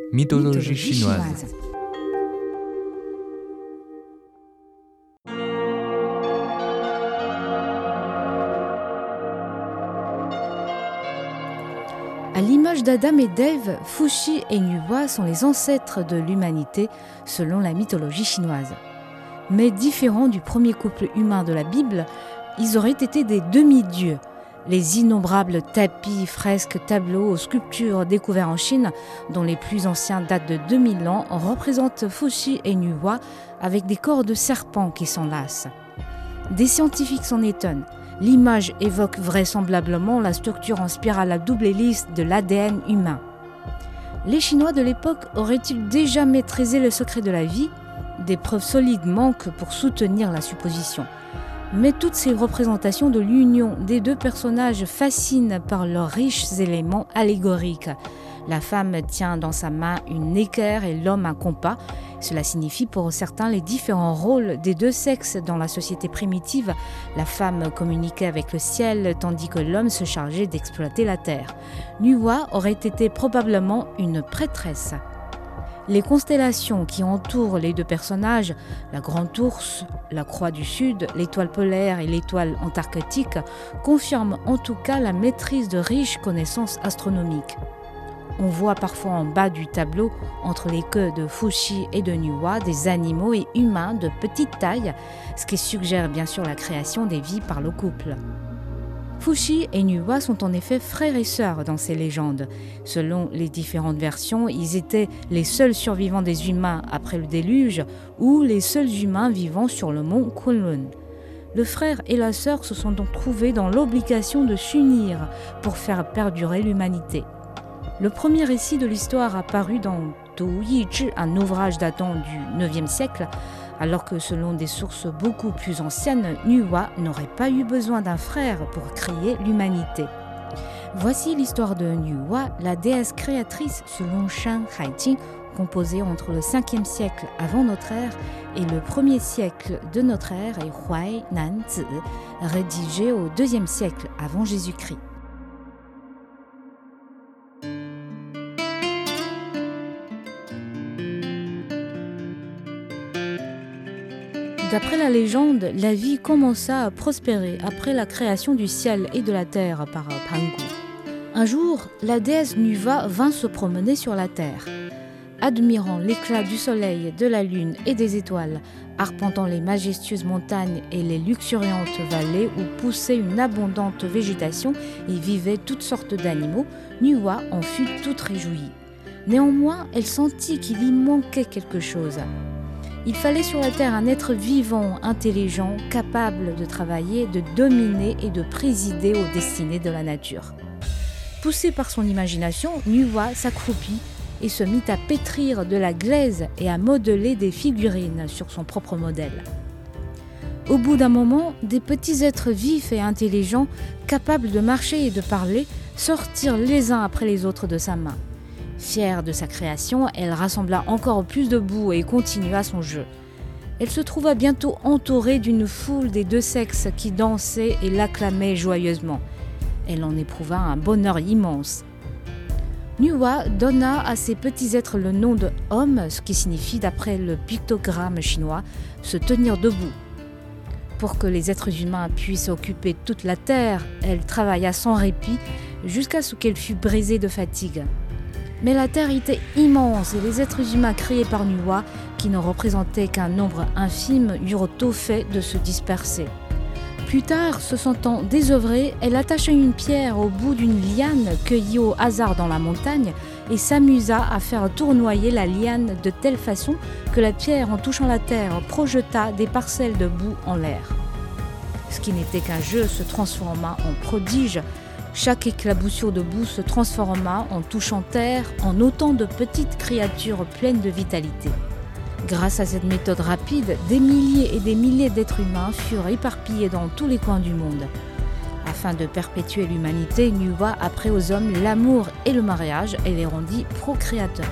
Mythologie chinoise. À l'image d'Adam et d'Ève, Fuxi et Nuwa sont les ancêtres de l'humanité selon la mythologie chinoise. Mais différents du premier couple humain de la Bible, ils auraient été des demi-dieux. Les innombrables tapis, fresques, tableaux, sculptures découverts en Chine, dont les plus anciens datent de 2000 ans, représentent Fuxi et Nuwa avec des corps de serpents qui s'enlacent. Des scientifiques s'en étonnent. L'image évoque vraisemblablement la structure en spirale à double hélice de l'ADN humain. Les Chinois de l'époque auraient-ils déjà maîtrisé le secret de la vie ? Des preuves solides manquent pour soutenir la supposition. Mais toutes ces représentations de l'union des deux personnages fascinent par leurs riches éléments allégoriques. La femme tient dans sa main une équerre et l'homme un compas. Cela signifie pour certains les différents rôles des deux sexes dans la société primitive. La femme communiquait avec le ciel tandis que l'homme se chargeait d'exploiter la terre. Nuwa aurait été probablement une prêtresse. Les constellations qui entourent les deux personnages, la Grande Ourse, la Croix du Sud, l'étoile polaire et l'étoile antarctique, confirment en tout cas la maîtrise de riches connaissances astronomiques. On voit parfois en bas du tableau, entre les queues de Fuxi et de Nuwa, des animaux et humains de petite taille, ce qui suggère bien sûr la création des vies par le couple. Fuxi et Nuwa sont en effet frères et sœurs dans ces légendes. Selon les différentes versions, ils étaient les seuls survivants des humains après le déluge ou les seuls humains vivant sur le mont Kunlun. Le frère et la sœur se sont donc trouvés dans l'obligation de s'unir pour faire perdurer l'humanité. Le premier récit de l'histoire apparu dans Du Yizhi, un ouvrage datant du IXe siècle, alors que selon des sources beaucoup plus anciennes, Nuwa n'aurait pas eu besoin d'un frère pour créer l'humanité. Voici l'histoire de Nuwa, la déesse créatrice selon Shan Haijing, composée entre le 5e siècle avant notre ère et le 1er siècle de notre ère, et Huai Nan Zi, rédigée au 2e siècle avant Jésus-Christ. D'après la légende, la vie commença à prospérer après la création du ciel et de la terre par Pangu. Un jour, la déesse Nuwa vint se promener sur la terre. Admirant l'éclat du soleil, de la lune et des étoiles, arpentant les majestueuses montagnes et les luxuriantes vallées où poussait une abondante végétation et vivaient toutes sortes d'animaux, Nuwa en fut toute réjouie. Néanmoins, elle sentit qu'il y manquait quelque chose. Il fallait sur la terre un être vivant, intelligent, capable de travailler, de dominer et de présider aux destinées de la nature. Poussée par son imagination, Nuwa s'accroupit et se mit à pétrir de la glaise et à modeler des figurines sur son propre modèle. Au bout d'un moment, des petits êtres vifs et intelligents, capables de marcher et de parler, sortirent les uns après les autres de sa main. Fière de sa création, elle rassembla encore plus de boue et continua son jeu. Elle se trouva bientôt entourée d'une foule des deux sexes qui dansaient et l'acclamaient joyeusement. Elle en éprouva un bonheur immense. Nuwa donna à ces petits êtres le nom de homme, ce qui signifie, d'après le pictogramme chinois, se tenir debout. Pour que les êtres humains puissent occuper toute la terre, elle travailla sans répit jusqu'à ce qu'elle fût brisée de fatigue. Mais la terre était immense et les êtres humains créés par Nuwa, qui ne représentaient qu'un nombre infime, eurent tôt fait de se disperser. Plus tard, se sentant désœuvrée, elle attacha une pierre au bout d'une liane cueillie au hasard dans la montagne et s'amusa à faire tournoyer la liane de telle façon que la pierre, en touchant la terre, projeta des parcelles de boue en l'air. Ce qui n'était qu'un jeu se transforma en prodige. Chaque éclaboussure de boue se transforma en touchant terre en autant de petites créatures pleines de vitalité. Grâce à cette méthode rapide, des milliers et des milliers d'êtres humains furent éparpillés dans tous les coins du monde. Afin de perpétuer l'humanité, Nuwa apprit aux hommes l'amour et le mariage et les rendit procréateurs.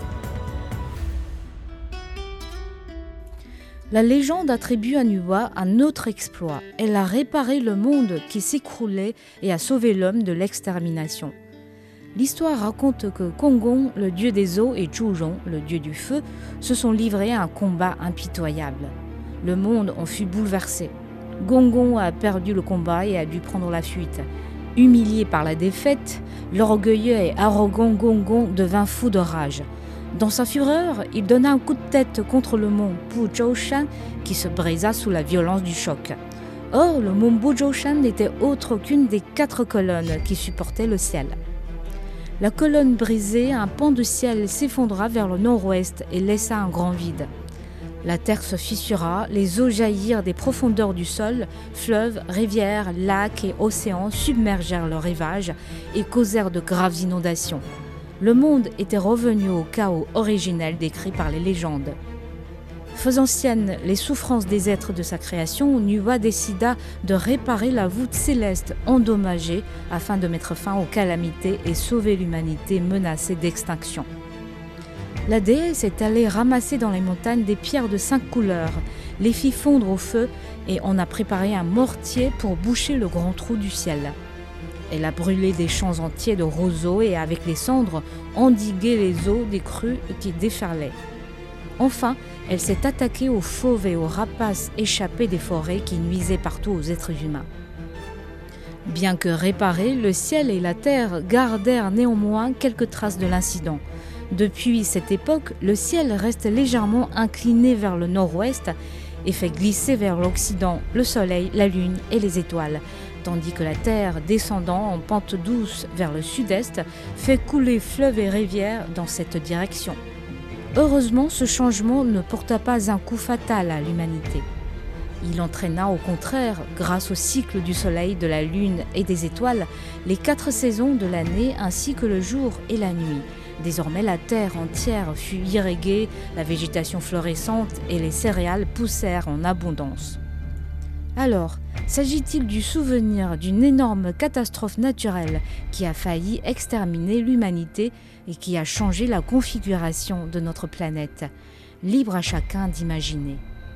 La légende attribue à Nuwa un autre exploit. Elle a réparé le monde qui s'écroulait et a sauvé l'homme de l'extermination. L'histoire raconte que Gong, le dieu des eaux, et Zhurong, le dieu du feu, se sont livrés à un combat impitoyable. Le monde en fut bouleversé. Gong a perdu le combat et a dû prendre la fuite. Humilié par la défaite, l'orgueilleux et arrogant Gong devint fou de rage. Dans sa fureur, il donna un coup de tête contre le mont Buzhoushan qui se brisa sous la violence du choc. Or, le mont Buzhoushan n'était autre qu'une des 4 colonnes qui supportaient le ciel. La colonne brisée, un pan de ciel s'effondra vers le nord-ouest et laissa un grand vide. La terre se fissura, les eaux jaillirent des profondeurs du sol, fleuves, rivières, lacs et océans submergèrent leurs rivages et causèrent de graves inondations. Le monde était revenu au chaos originel décrit par les légendes. Faisant sienne les souffrances des êtres de sa création, Nuwa décida de réparer la voûte céleste endommagée afin de mettre fin aux calamités et sauver l'humanité menacée d'extinction. La déesse est allée ramasser dans les montagnes des pierres de 5 couleurs, les fit fondre au feu et en a préparé un mortier pour boucher le grand trou du ciel. Elle a brûlé des champs entiers de roseaux et avec les cendres endigué les eaux des crues qui déferlaient. Enfin, elle s'est attaquée aux fauves et aux rapaces échappés des forêts qui nuisaient partout aux êtres humains. Bien que réparés, le ciel et la terre gardèrent néanmoins quelques traces de l'incident. Depuis cette époque, le ciel reste légèrement incliné vers le nord-ouest et fait glisser vers l'occident le soleil, la lune et les étoiles, tandis que la terre, descendant en pente douce vers le sud-est, fait couler fleuves et rivières dans cette direction. Heureusement, ce changement ne porta pas un coup fatal à l'humanité. Il entraîna au contraire, grâce au cycle du soleil, de la lune et des étoiles, les 4 saisons de l'année ainsi que le jour et la nuit. Désormais, la terre entière fut irriguée, la végétation florissante et les céréales poussèrent en abondance. Alors, s'agit-il du souvenir d'une énorme catastrophe naturelle qui a failli exterminer l'humanité et qui a changé la configuration de notre planète? Libre à chacun d'imaginer.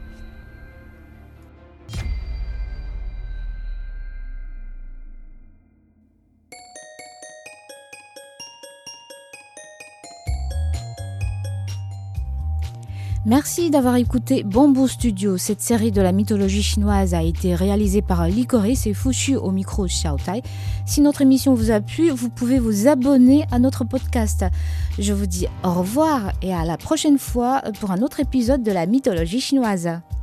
Merci d'avoir écouté Bamboo Studio. Cette série de la mythologie chinoise a été réalisée par Licorice et Fuxu au micro Xiaotai. Si notre émission vous a plu, vous pouvez vous abonner à notre podcast. Je vous dis au revoir et à la prochaine fois pour un autre épisode de la mythologie chinoise.